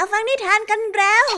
ฟังนิทานกันแล้ว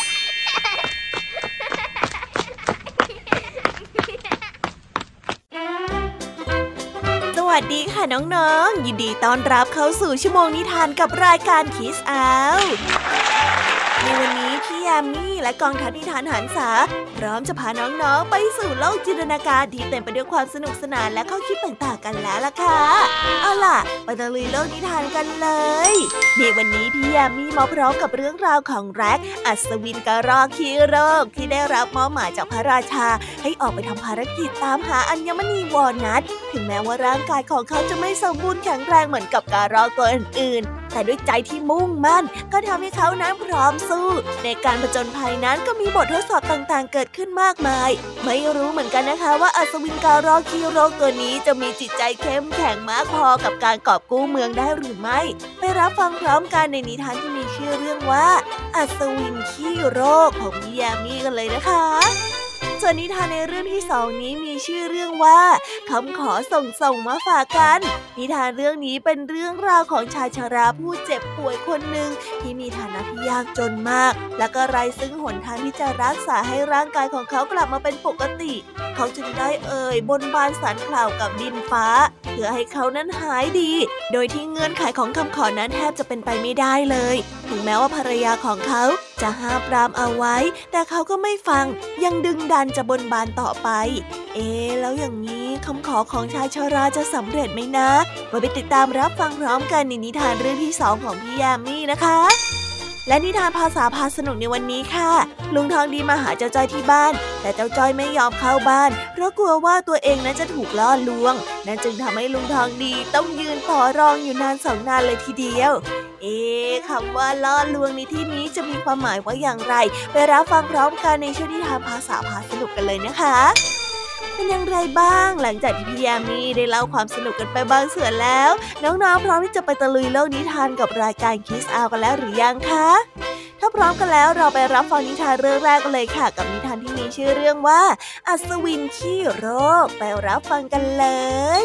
สวัสดีค่ะน้องๆยินดีต้อนรับเข้าสู่ชั่วโมงนิทานกับรายการ Kids Out ในวันนี้พี่ยามีและกองทัพนิทานหันษาพร้อมจะพาน้องๆไปสู่โลกจินตนาการที่เต็มไปด้วยความสนุกสนานและข้อคิดต่างๆกันแล้วล่ะค่ะเอาล่ะไปตะลุยโลกนิทานกันเลยในวันนี้พี่ยามีมาพร้อมกับเรื่องราวของแร็คอัศวินกระรอกขี้โรคที่ได้รับมอบหมายจากพระราชาให้ออกไปทำภารกิจตามหาอัญมณีวอลนัทถึงแม้ว่าร่างกายของเขาจะไม่สมบูรณ์แข็งแรงเหมือนกับกระรอกตัวอื่นๆแต่ด้วยใจที่มุ่งมั่นก็ทำให้เขานั้นพร้อมสู้ในการผจญภัยนั้นก็มีบททดสอบต่างๆเกิดขึ้นมากมายไม่รู้เหมือนกันนะคะว่าอัศวินกระรอกขี้โรคตัวนี้จะมีจิตใจเข้มแข็งมากพอกับการกอบกู้เมืองได้หรือไม่ไปรับฟังพร้อมกันในนิทานที่มีชื่อเรื่องว่าอัศวินขี้โรคของพี่ยามีกันเลยนะคะส่วนนิทานในเรื่องที่2นี้มีชื่อเรื่องว่าคำขอส่งมาฝากกันนิทานเรื่องนี้เป็นเรื่องราวของชายชราผู้เจ็บป่วยคนหนึ่งที่มีฐานะที่ยากจนมากและก็ไร้ซึ่งหนทางที่จะรักษาให้ร่างกายของเขากลับมาเป็นปกติเขาจึงได้บนบานศาลกล่าวกับดินฟ้าเพื่อให้เขานั้นหายดีโดยที่เงื่อนไขของคำขอนั้นแทบจะเป็นไปไม่ได้เลยถึงแม้ว่าภรรยาของเขาจะห้ามปรามเอาไว้แต่เขาก็ไม่ฟังยังดึงดันจะบนบานต่อไปแล้วอย่างนี้คำขอของชายชราจะสำเร็จไหมนะมาไปติดตามรับฟังพร้อมกันในนิทานเรื่องที่2ของพี่ยามีนะคะและนิทานภาษาพาสนุกในวันนี้ค่ะลุงทองดีมาหาเจ้าจ้อยที่บ้านแต่เจ้าจ้อยไม่ยอมเข้าบ้านเพราะกลัวว่าตัวเองนั้นจะถูกล่อลวงนั่นจึงทำให้ลุงทองดีต้องยืนต่อรองอยู่นาน2 นานเลยทีเดียวคำว่าล่อลวงในที่นี้จะมีความหมายว่าอย่างไรไปรับฟังพร้อมกันในช่วงนิทานภาษาพาสนุกกันเลยนะคะเป็นอย่างไรบ้างหลังจากที่พี่ยามีได้เล่าความสนุกกันไปบางส่วนแล้วน้องๆพร้อมที่จะไปตะลุยโลกนิทานกับรายการ Kids Out กันแล้วหรือยังคะถ้าพร้อมกันแล้วเราไปรับฟังนิทานเรื่องแรกกันเลยค่ะกับนิทานที่มีชื่อเรื่องว่าอัศวินขี้โรคไปรับฟังกันเลย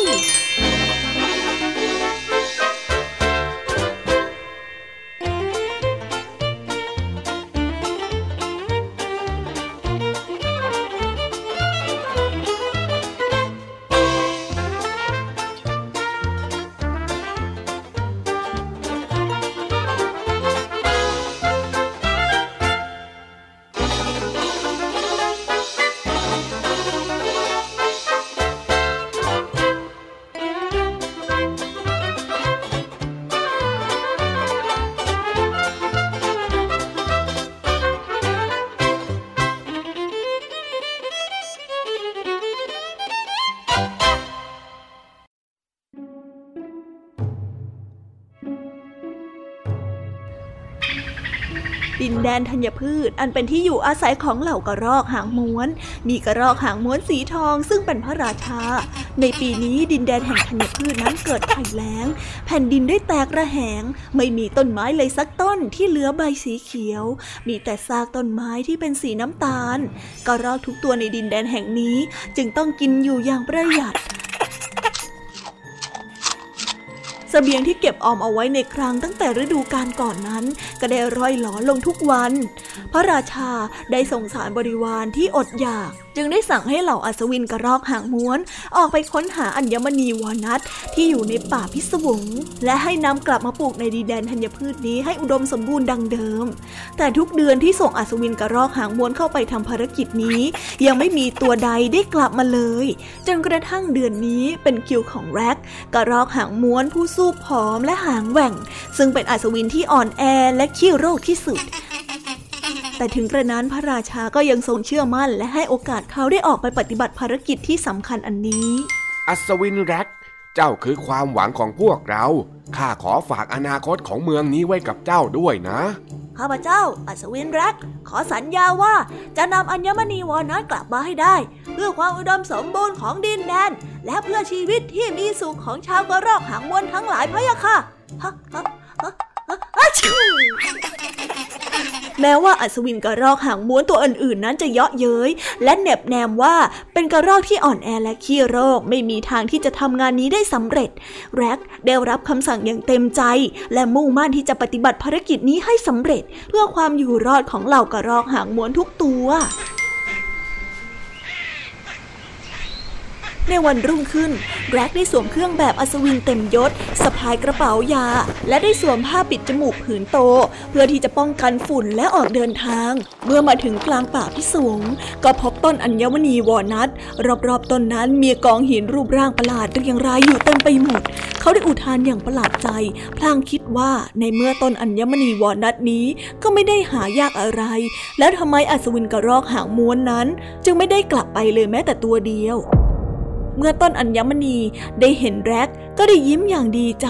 ดินแดนธัญพืชอันเป็นที่อยู่อาศัยของเหล่ากระรอกหางม้วนมีกระรอกหางม้วนสีทองซึ่งเป็นพระราชาในปีนี้ดินแดนแห่งธัญพืชนั้นเกิดภัยแล้งแผ่นดินได้แตกระแหงไม่มีต้นไม้เลยสักต้นที่เหลือใบสีเขียวมีแต่ซากต้นไม้ที่เป็นสีน้ำตาลกระรอกทุกตัวในดินแดนแห่งนี้จึงต้องกินอยู่อย่างประหยัดเสบียงที่เก็บออมเอาไว้ในคลังตั้งแต่ฤดูกาลก่อนนั้นก็ได้ร่อยหลอลงทุกวันพระราชาได้ส่งสารบริวารที่อดอยากจึงได้สั่งให้เหล่าอัศวินกระรอกหางม้วนออกไปค้นหาอัญมณีวอลนัทที่อยู่ในป่าพิศวงและให้นำกลับมาปลูกในดินแดนธัญพืชนี้ให้อุดมสมบูรณ์ดังเดิมแต่ทุกเดือนที่ส่งอัศวินกระรอกหางม้วนเข้าไปทำภารกิจนี้ยังไม่มีตัวใดได้กลับมาเลยจนกระทั่งเดือนนี้เป็นคิวของแร็คกระรอกหางม้วนผู้สู้ผอมและหางแหว่งซึ่งเป็นอัศวินที่อ่อนแอและขี้โรคที่สุดแต่ถึงกระนั้นพระราชาก็ยังทรงเชื่อมั่นและให้โอกาสเขาได้ออกไปปฏิบัติภารกิจที่สำคัญอันนี้อัศวินแร็คเจ้าคือความหวังของพวกเราข้าขอฝากอนาคตของเมืองนี้ไว้กับเจ้าด้วยนะข้าพเจ้าอัศวินแร็คขอสัญญาว่าจะนำอัญมณีวอลนัทกลับมาให้ได้เพื่อความอุดมสมบูรณ์ของดินแดนและเพื่อชีวิตที่มีสุขของชาวกระรอกหางม้วนทั้งหลายพะยะค่ะแม้ว่าอัศวินกระรอกหางม้วนตัวอื่นๆนั้นจะเยาะเย้ยและเหน็บแนมว่าเป็นกระรอกที่อ่อนแอและขี้โรคไม่มีทางที่จะทำงานนี้ได้สำเร็จแร็กได้รับคำสั่งอย่างเต็มใจและมุ่งมั่นที่จะปฏิบัติภารกิจนี้ให้สำเร็จเพื่อความอยู่รอดของเหล่ากระรอกหางม้วนทุกตัวในวันรุ่งขึ้นแร็กได้สวมเครื่องแบบอัศวินเต็มยศสะพายกระเป๋ายาและได้สวมผ้าปิดจมูกผืนโตเพื่อที่จะป้องกันฝุ่นและออกเดินทางเมื่อมาถึงกลางป่าพิศวงก็พบต้นอัญมณีวอลนัทรอบๆต้นนั้นมีกองหินรูปร่างประหลาดเรียงรายอยู่เต็มไปหมดเขาได้อุทานอย่างประหลาดใจพลางคิดว่าในเมื่อต้นอัญมณีวอลนัทนี้ก็ไม่ได้หายากอะไรแล้วทำไมอัศวินกระรอกหางม้วนนั้นจึงไม่ได้กลับไปเลยแม้แต่ตัวเดียวเมื่อต้นอัญมณีได้เห็นแร็กก็ได้ยิ้มอย่างดีใจ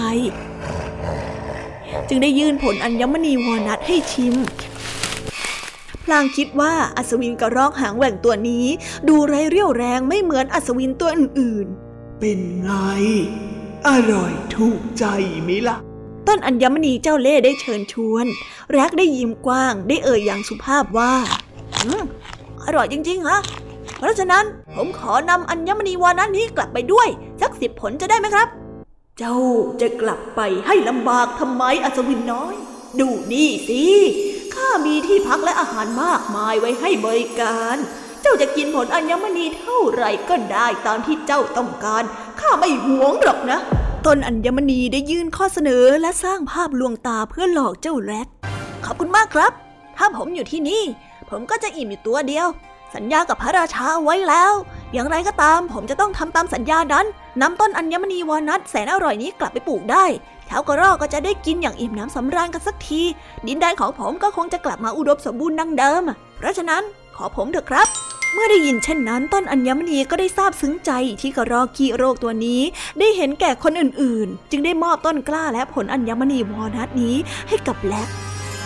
จึงได้ยื่นผลอัญมณีวอลนัทให้ชิมพลางคิดว่าอัศวินกระรอกหางแหว่งตัวนี้ดูไร้เรี่ยวแรงไม่เหมือนอัศวินตัวอื่นๆเป็นไงอร่อยถูกใจมั้ยล่ะต้นอัญมณีเจ้าเล่ห์ได้เชิญชวนแร็กได้ยิ้มกว้างได้เอ่ยอย่างสุภาพว่าอร่อยจริงๆฮะเพราะฉะนั้นผมขอนำอัญมณีวานัทนี้กลับไปด้วยสัก10 ผลจะได้ไหมครับเจ้าจะกลับไปให้ลำบากทำไมอัศวินน้อยดูนี่สิข้ามีที่พักและอาหารมากมายไว้ให้บริการเจ้าจะกินผลอัญมณีเท่าไหร่ก็ได้ตามที่เจ้าต้องการข้าไม่หวงหรอกนะต้นอัญมณีได้ยื่นข้อเสนอและสร้างภาพลวงตาเพื่อหลอกเจ้าแร็กขอบคุณมากครับถ้าผมอยู่ที่นี่ผมก็จะอิ่มอยู่ตัวเดียวสัญญากับพระราชาไว้แล้วอย่างไรก็ตามผมจะต้องทำตามสัญญานั้นนำต้นอัญมณีวอลนัทแสนอร่อยนี้กลับไปปลูกได้ชาวกระรอกก็จะได้กินอย่างอิ่มน้ำสำราญกันสักทีดินแดนของผมก็คงจะกลับมาอุดมสมบูรณ์ดังเดิมเพราะฉะนั้นขอผมเถอะครับเมื่อได้ยินเช่นนั้นต้นอัญมณีก็ได้ซาบซึ้งใจที่กระรอกขี้โรคตัวนี้ได้เห็นแก่คนอื่นๆจึงได้มอบต้นกล้าและผลอัญมณีวอลนัทนี้ให้กับแร็ก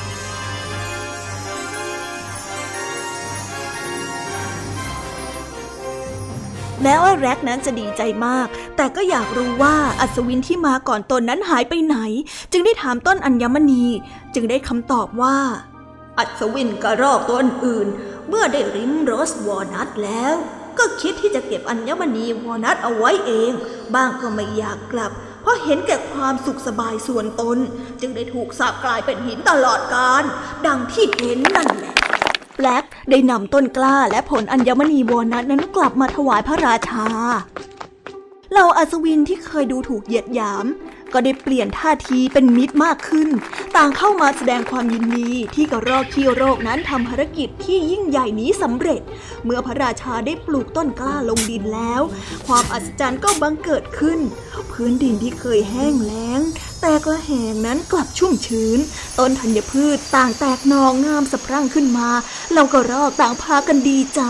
แม้ว่าแร็กนั้นจะดีใจมากแต่ก็อยากรู้ว่าอัศวินที่มาก่อนตนนั้นหายไปไหนจึงได้ถามต้นอัญมณีจึงได้คำตอบว่าอัศวินกระรอกตัวอื่นเมื่อได้ริมรสวอลนัทแล้วก็คิดที่จะเก็บอัญมณีวอลนัทเอาไว้เองบ้างก็ไม่อยากกลับเพราะเห็นแก่ความสุขสบายส่วนตนจึงได้ถูกสาปกลายเป็นหินตลอดกาลดังที่เห็นนั่นแหละแร็กได้นำต้นกล้าและผลอัญมณีวอลนัทนั้นกลับมาถวายพระราชาเหล่าอัศวินที่เคยดูถูกเหยียดหยามก็ได้เปลี่ยนท่าทีเป็นมิตรมากขึ้นต่างเข้ามาแสดงความยินดีที่กระรอกขี้โรคนั้นทำภารกิจที่ยิ่งใหญ่นี้สำเร็จเมื่อพระราชาได้ปลูกต้นกล้าลงดินแล้วความอัศจรรย์ก็บังเกิดขึ้นพื้นดินที่เคยแห้งแล้งแต่กระแหงนั้นกลับชุ่มชื้นต้นธัญพืชต่างแตกหน่องามสะพรั่งขึ้นมาเหล่ากระรอกต่างพากันดีใจ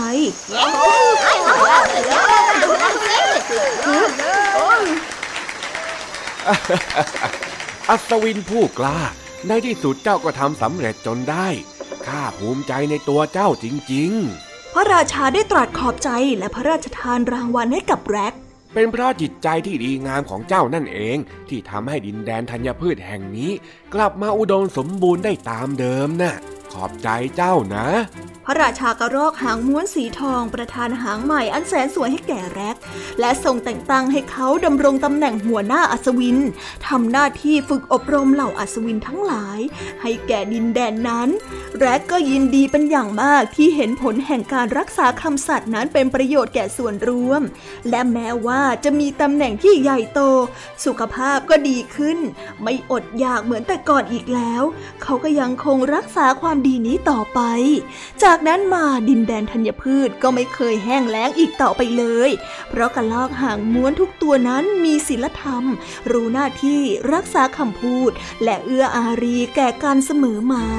อัศวินผู้กล้าในที่สุดเจ้าก็ทำสำเร็จจนได้ข้าภูมิใจในตัวเจ้าจริงๆพระราชาได้ตรัสขอบใจและพระราชทานรางวัลให้กับแร็กเป็นเพราะจิตใจที่ดีงามของเจ้านั่นเองที่ทำให้ดินแดนธัญพืชแห่งนี้กลับมาอุดมสมบูรณ์ได้ตามเดิมน่ะขอบใจเจ้านะพระราชากระรอกหางม้วนสีทองประทานหางใหม่อันแสนสวยให้แก่แร็กและทรงแต่งตั้งให้เขาดำรงตำแหน่งหัวหน้าอัศวินทำหน้าที่ฝึกอบรมเหล่าอัศวินทั้งหลายให้แก่ดินแดนนั้นแร็กก็ยินดีเป็นอย่างมากที่เห็นผลแห่งการรักษาคำสัตย์นั้นเป็นประโยชน์แก่ส่วนรวมและแม้ว่าจะมีตำแหน่งที่ใหญ่โตสุขภาพก็ดีขึ้นไม่อดอยากเหมือนแต่ก่อนอีกแล้วเขาก็ยังคงรักษาความดีนี้ต่อไปจากนั้นมาดินแดนธัญพืชก็ไม่เคยแห้งแล้งอีกต่อไปเลยเพราะกระรอกหางม้วนทุกตัวนั้นมีศีลธรรมรู้หน้าที่รักษาคำพูดและเอื้ออารีแก่กันเสมอมา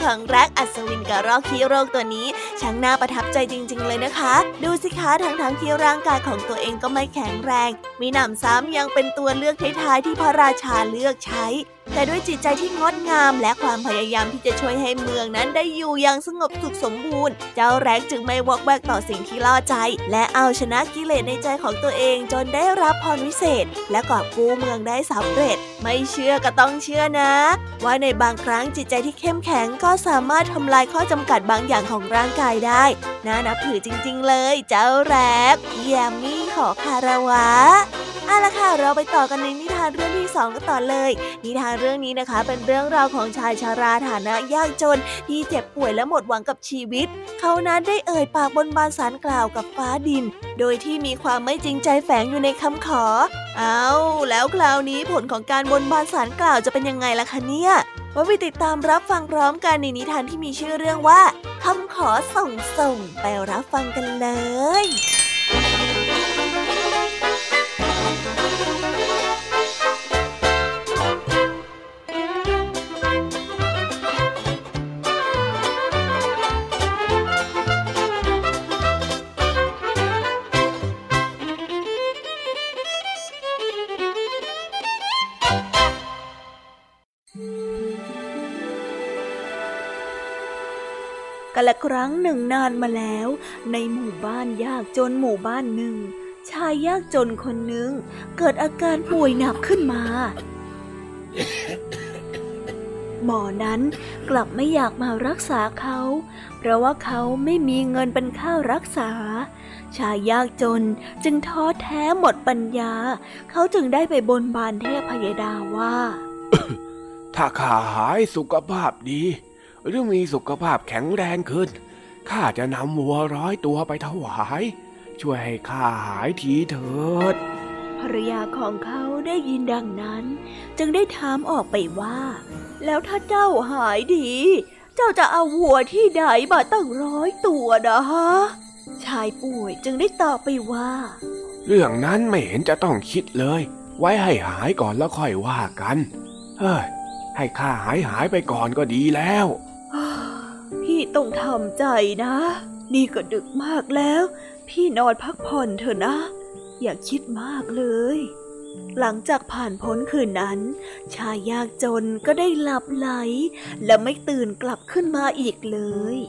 ของรักอัศวินกระรอกขี้โรคตัวนี้ช่างน่าประทับใจจริงๆเลยนะคะดูสิคะทั้งที่ร่างกายของตัวเองก็ไม่แข็งแรงมีหนำซ้ำยังเป็นตัวเลือกท้ายๆที่พระราชาเลือกใช้แต่ด้วยจิตใจที่งดงามและความพยายามที่จะช่วยให้เมืองนั้นได้อยู่อย่างสงบสุขสมบูรณ์เจ้าแร็กจึงไม่วอกแวกต่อสิ่งที่ล่อใจและเอาชนะกิเลสในใจของตัวเองจนได้รับพรวิเศษและกอบกู้เมืองได้สำเร็จไม่เชื่อก็ต้องเชื่อนะว่าในบางครั้งจิตใจที่เข้มแข็งก็สามารถทำลายข้อจำกัดบางอย่างของร่างกายได้น่านับถือจริงๆเลยเจ้าแร็กพี่แยมมี่ขอคารวะเอาล่ะค่ะเราไปต่อกันในนิทานเรื่องที่2กันต่อเลยนิทานเรื่องนี้นะคะเป็นเรื่องราวของชายชราฐานะยากจนที่เจ็บป่วยและหมดหวังกับชีวิตเขานั้นได้เอ่ยปากบนบานศาลกล่าวกับฟ้าดินโดยที่มีความไม่จริงใจแฝงอยู่ในคำขอแล้วคราวนี้ผลของการบนบานศาลกล่าวจะเป็นยังไงล่ะคะเนี่ยมาไปติดตามรับฟังพร้อมกันในนิทานที่มีชื่อเรื่องว่าคำขอส่งไปรับฟังกันเลยกาลครั้งหนึ่งนานมาแล้วในหมู่บ้านยากจนหมู่บ้านหนึ่งชายยากจนคนหนึ่งเกิดอาการป่วยหนักขึ้นมา หมอนั้นกลับไม่อยากมารักษาเขาเพราะว่าเขาไม่มีเงินเป็นค่ารักษาชายยากจนจึงท้อแท้หมดปัญญาเขาจึงได้ไปบนบานเทพพยดาว่าถ้าข้าหายสุขภาพดีหรือมีสุขภาพแข็งแรงขึ้นข้าจะนำวัว100 ตัวไปถวายช่วยให้ข้าหายทีเถิดภรรยาของเขาได้ยินดังนั้นจึงได้ถามออกไปว่าแล้วถ้าเจ้าหายดีเจ้าจะเอาวัวที่ใดมาตั้ง100 ตัวนะฮะชายป่วยจึงได้ตอบไปว่าเรื่องนั้นไม่เห็นจะต้องคิดเลยไว้ให้หายก่อนแล้วค่อยว่ากันเฮ้ยให้ข้าหายไปก่อนก็ดีแล้วพี่ต้องทำใจนะนี่ก็ดึกมากแล้วพี่นอนพักผ่อนเถอะนะอย่าคิดมากเลยหลังจากผ่านพ้นคืนนั้นชายยากจนก็ได้หลับไหลและไม่ตื่นกลับขึ้นมาอีกเลย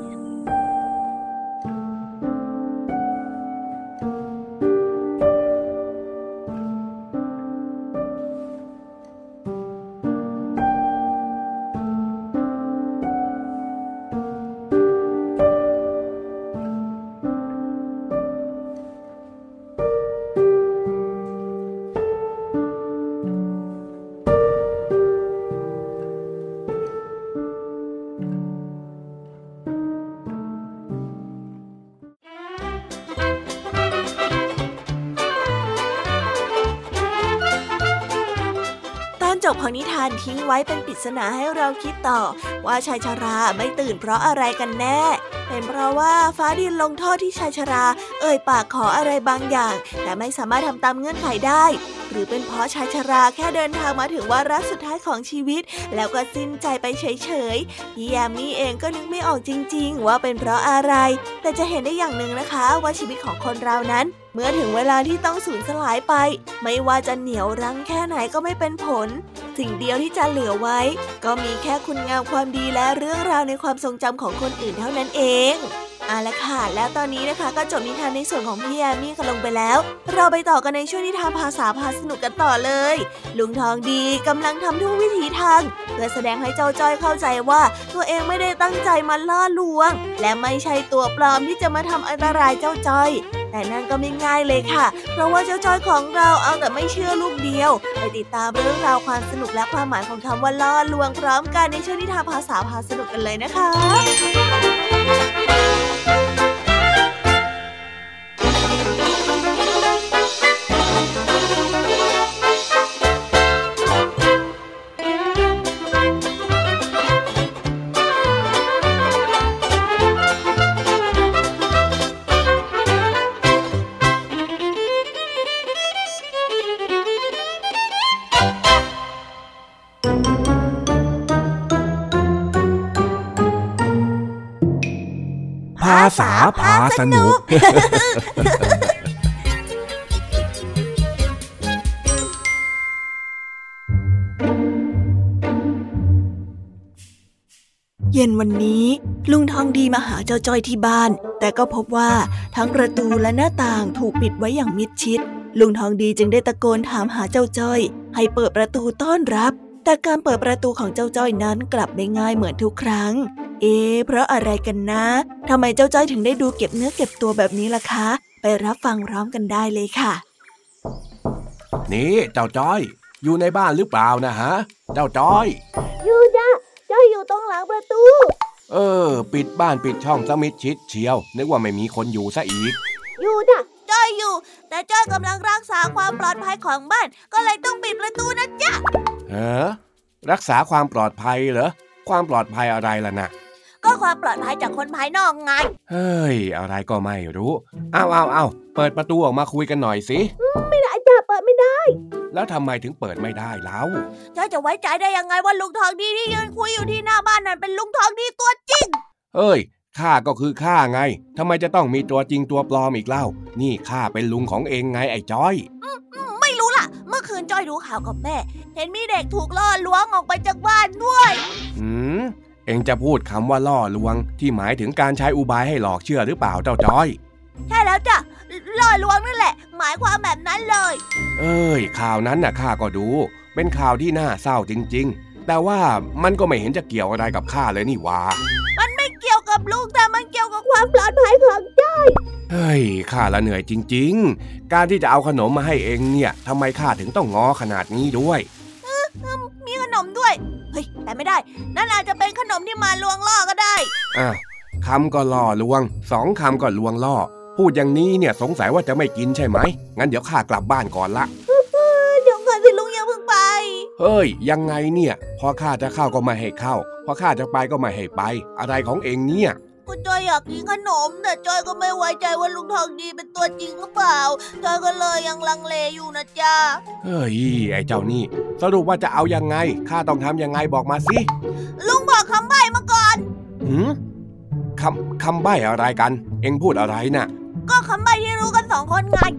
จบของนิทานทิ้งไว้เป็นปริศนาให้เราคิดต่อว่าชายชราไม่ตื่นเพราะอะไรกันแน่เป็นเพราะว่าฟ้าดินลงโทษที่ชายชราเอ่ยปากขออะไรบางอย่างแต่ไม่สามารถทำตามเงื่อนไขได้หรือเป็นเพราะชายชราแค่เดินทางมาถึงวาระสุดท้ายของชีวิตแล้วก็สิ้นใจไปเฉยๆพี่แยมมี่เองก็นึกไม่ออกจริงๆว่าเป็นเพราะอะไรแต่จะเห็นได้อย่างหนึ่งนะคะว่าชีวิตของคนเรานั้นเมื่อถึงเวลาที่ต้องสูญสลายไปไม่ว่าจะเหนียวรั้งแค่ไหนก็ไม่เป็นผลสิ่งเดียวที่จะเหลือไว้ก็มีแค่คุณงามความดีและเรื่องราวในความทรงจำของคนอื่นเท่านั้นเองเอาละค่ะแล้วตอนนี้นะคะก็จบนิทานในส่วนของพี่แยมมี่กันลงไปแล้วเราไปต่อกันในช่วงนิทานภาษาพาสนุกกันต่อเลยลุงทองดีกำลังทำทุกวิถีทางเพื่อแสดงให้เจ้าจ้อยเข้าใจว่าตัวเองไม่ได้ตั้งใจมาล่อลวงและไม่ใช่ตัวปลอมที่จะมาทำอันตรายเจ้าจ้อยแต่นั่นก็ไม่ง่ายเลยค่ะเพราะว่าเจ้าจ้อยของเราเอาแต่ไม่เชื่อลูกเดียวไปติดตามเรื่องราวความสนุกและความหมายของคำว่าล่อลวงพร้อมกันในช่วงนิทานภาษาพาสนุกกันเลยนะคะษาพาสนุกเย็นวันนี้ลุงทองดีมาหาเจ้าจ้อยที่บ้านแต่ก็พบว่าทั้งประตูและหน้าต่างถูกปิดไว้อย่างมิดชิดลุงทองดีจึงได้ตะโกนถามหาเจ้าจ้อยให้เปิดประตูต้อนรับแต่การเปิดประตูของเจ้าจ้อยนั้นกลับไม่ง่ายเหมือนทุกครั้งเพราะอะไรกันนะทำไมเจ้าจ้อยถึงได้ดูเก็บเนื้อเก็บตัวแบบนี้ล่ะคะไปรับฟังพร้อมกันได้เลยค่ะนี่เจ้าจ้อยอยู่ในบ้านหรือเปล่านะฮะเจ้าจ้อยอยู่จ้ะจ้อยอยู่ตรงหลังประตูปิดบ้านปิดช่องซะมิดชิดเชียวนึกว่าไม่มีคนอยู่ซะอีกอยู่จ้ะจ้อยอยู่แต่จ้อยกำลังรักษาความปลอดภัยของบ้านก็เลยต้องปิดประตูนะจ๊ะรักษาความปลอดภัยเหรอความปลอดภัยอะไรล่ะนะก็ความปลอดภัยจากคนภายนอกไงเฮ้ยอะไรก็ไม่รู้เอาเปิดประตูออกมาคุยกันหน่อยสิไม่ได้จ้ะเปิดไม่ได้แล้วทำไมถึงเปิดไม่ได้เล่าจ้อยจะไว้ใจได้ยังไงว่าลุงทองดีที่ยืนคุยอยู่ที่หน้าบ้านนั้นเป็นลุงทองดีตัวจริงเอ้ยข้าก็คือข้าไงทำไมจะต้องมีตัวจริงตัวปลอมอีกเล่านี่ข้าเป็นลุงของเองไงไอ้จ้อยไม่รู้ล่ะเมื่อคืนจ้อยดูข่าวกับแม่เห็นมีเด็กถูกล่อลวงออกไปจากบ้านด้วยเองจะพูดคำว่าล่อลวงที่หมายถึงการใช้อุบายให้หลอกเชื่อหรือเปล่าเจ้าจ้อยใช่แล้วจ้ะล่อลวงนั่นแหละหมายความแบบนั้นเลยข่าวนั้นน่ะข้าก็ดูเป็นข่าวที่น่าเศร้าจริงๆแต่ว่ามันก็ไม่เห็นจะเกี่ยวอะไรกับข้าเลยนี่วะมันไม่เกี่ยวกับลุงแต่มันเกี่ยวกับความปลอดภัยของจ้อยข้าละเหนื่อยจริงๆการที่จะเอาขนมมาให้เองเนี่ยทำไมข้าถึงต้องง้อขนาดนี้ด้วยมีขนมด้วยแต่ไม่ได้นั่นอาจจะเป็นขนมที่มาลวงล่อก็ได้คำก็ล่อลวง2 คำก็ลวงล่อพูดอย่างนี้เนี่ยสงสัยว่าจะไม่กินใช่ไหมงั้นเดี๋ยวข้ากลับบ้านก่อนละเดี๋ยวก่อนสิลุงอย่าเพิ่งไปยังไงเนี่ยพอข้าจะเข้าก็ไม่ให้เข้าพอข้าจะไปก็ไม่ให้ไปอะไรของเองเนี่ยก็จอยอยากกินขนมแต่จอยก็ไม่ไว้ใจว่าลุงทองดีเป็นตัวจริงหรือเปล่าจอยก็เลยยังลังเลอยู่นะจ๊ะไอ้เจ้านี่สรุปว่าจะเอายังไงข้าต้องทำยังไงบอกมาสิลุงบอกคำใบ้มาก่อนคำใบ้อะไรกันเอ็งพูดอะไรน่ะก็คำใบ้ที่รู้กัน2 คนไง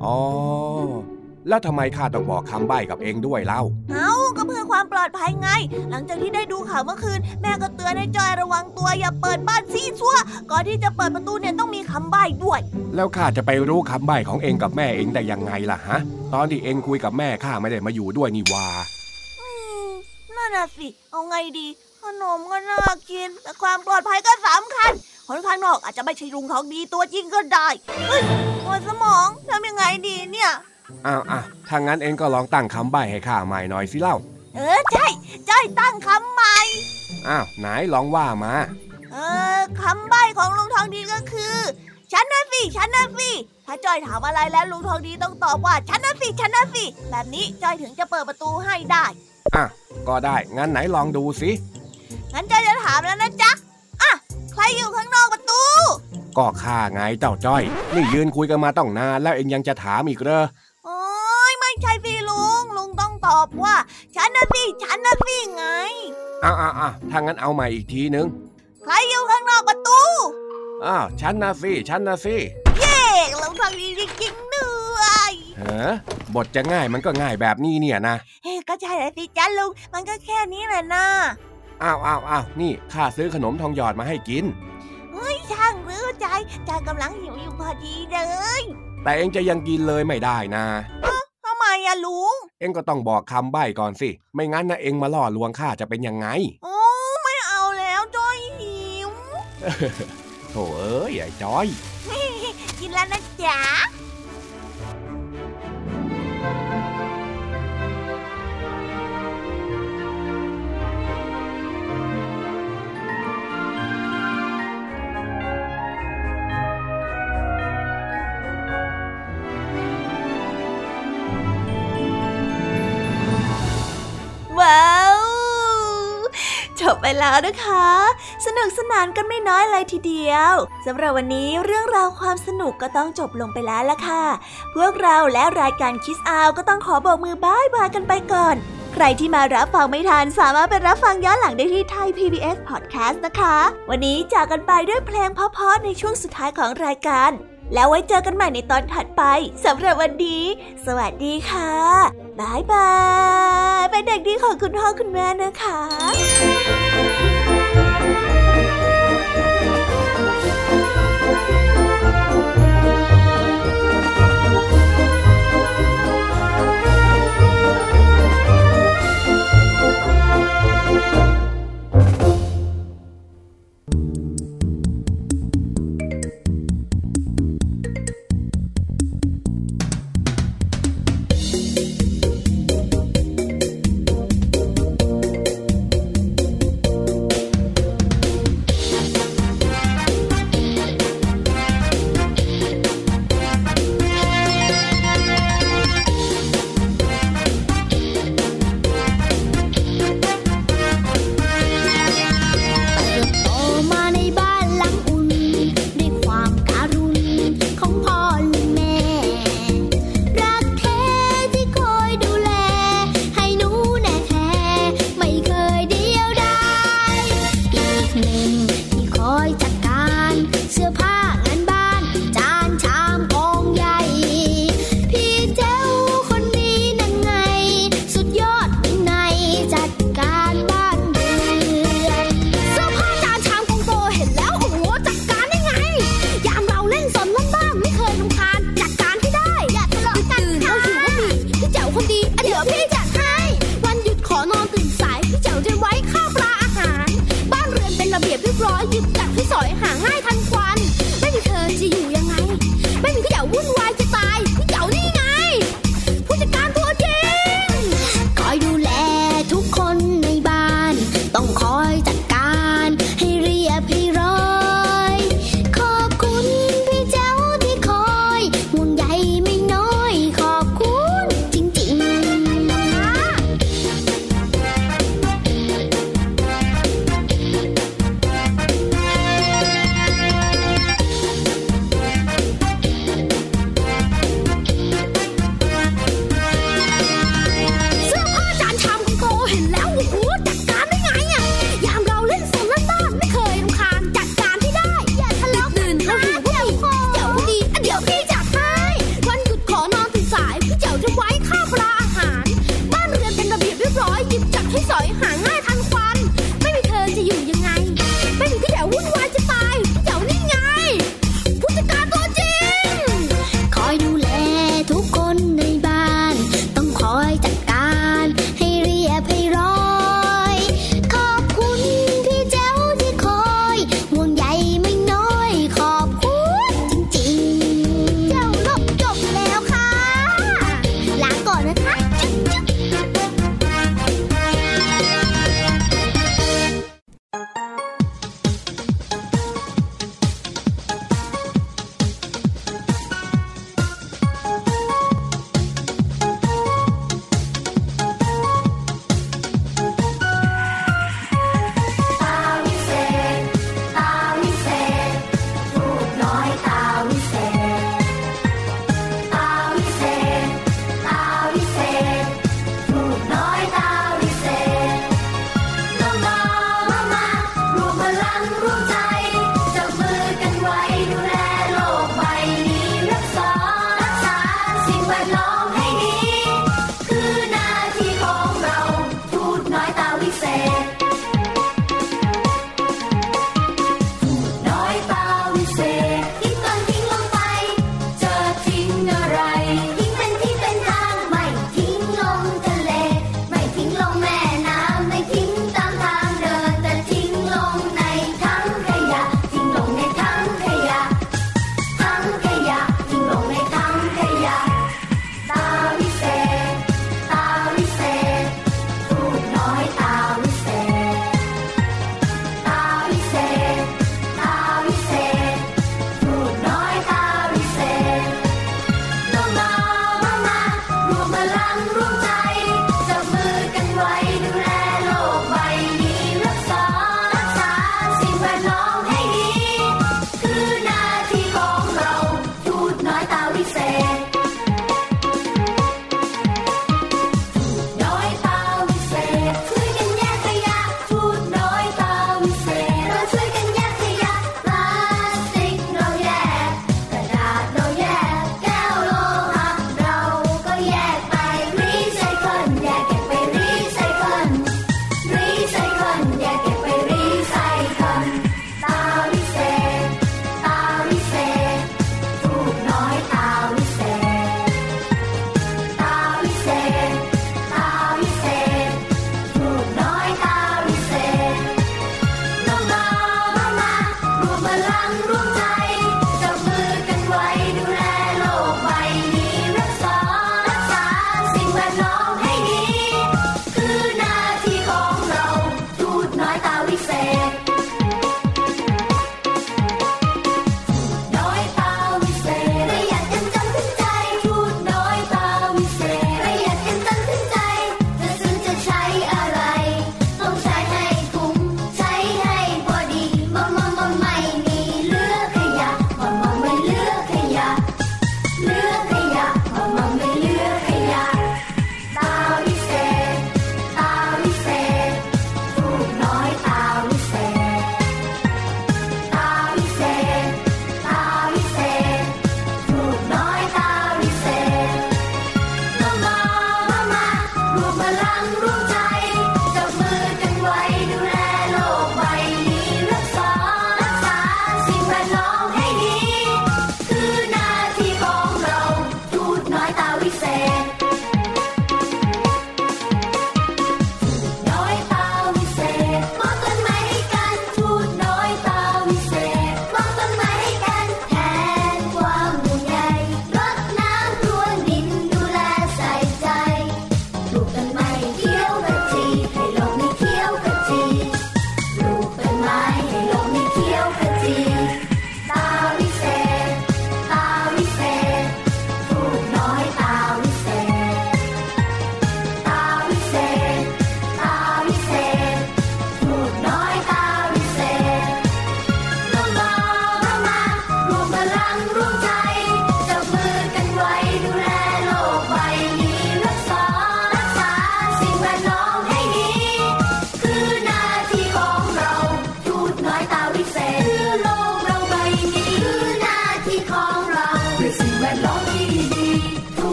แล้วทำไมข้าต้องบอกคำใบ้กับเอ็งด้วยเล่าก็เพื่อความปลอดภัยไงหลังจากที่ได้ดูข่าวเมื่อคืนแม่ก็เตือนให้จอยระวังตัวอย่าเปิดบ้านซี่ซัวก่อนที่จะเปิดประตูเนี่ยต้องมีคำใบ้ด้วยแล้วข้าจะไปรู้คำใบ้ของเอ็งกับแม่เอ็งได้ยังไงล่ะฮะตอนที่เอ็งคุยกับแม่ข้าไม่ได้มาอยู่ด้วยนี่วานั่นน่ะสิเอาไงดีขนมก็น่ากินแต่ความปลอดภัยก็สำคัญคนข้างนอกอาจจะไม่ใช่ลุงทองดีตัวจริงก็ได้หัวสมองทำยังไงดีเนี่ยถ้างั้นเอ็งก็ลองตั้งคำใบ้ให้ข้าใหม่หน่อยสิเล่าใช่จ้อยตั้งคำใหม่ไหนลองว่ามาคำใบ้ของลุงทองดีก็คือฉันน่ะสิฉันน่ะสิถ้าจ้อยถามอะไรแล้วลุงทองดีต้องตอบว่าฉันน่ะสิฉันน่ะสิแบบนี้จ้อยถึงจะเปิดประตูให้ได้ก็ได้งั้นไหนลองดูสิงั้นจ้อยจะถามแล้วนะจ๊ะใครอยู่ข้างนอกประตูก็ข้าไงเจ้าจ้อยนี่ยืนคุยกันมาต้องนานแล้วเอ็งยังจะถามอีกเหรอไม่ใช่สิลุงต้องตอบว่าฉันน่ะสิฉันน่ะสิไงถ้างั้นเอาใหม่อีกทีนึงใครอยู่ข้างนอกประตูฉันน่ะสิฉันน่ะสิเย้ลุงทองดีจริงๆด้วยบทจะง่ายมันก็ง่ายแบบนี้เนี่ยนะก็ใช่เลยสิจ้าลุงมันก็แค่นี้แหละนะอ้าวนี่ข้าซื้อขนมทองหยอดมาให้กินช่างรู้ใจกำลังหิวอยู่พอดีเลยแต่เอ็งจะยังกินเลยไม่ได้นะทำไมอะลุงเอ็งก็ต้องบอกคำใบ้ก่อนสิไม่งั้นนะเอ็งมาล่อลวงข้าจะเป็นยังไงไม่เอาแล้วจ้อยหิวโธ่ไอ้จ้อยกินแล้วนะจ๊ะ จบไปแล้วนะคะสนุกสนานกันไม่น้อยเลยทีเดียวสำหรับวันนี้เรื่องราวความสนุกก็ต้องจบลงไปแล้วล่ะค่ะพวกเราและรายการ Kids Out ก็ต้องขอบอกมือบ๊ายบายกันไปก่อนใครที่มารับฟังไม่ทันสามารถไปรับฟังย้อนหลังได้ที่ Thai PBS Podcast นะคะวันนี้จากกันไปด้วยเพลงเพราะๆในช่วงสุดท้ายของรายการแล้วไว้เจอกันใหม่ในตอนถัดไปสำหรับวันนี้สวัสดีค่ะบ๊ายบายเป็นเด็กดีของคุณพ่อคุณแม่นะคะ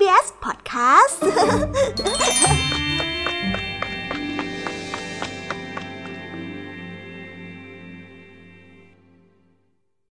PBS Podcast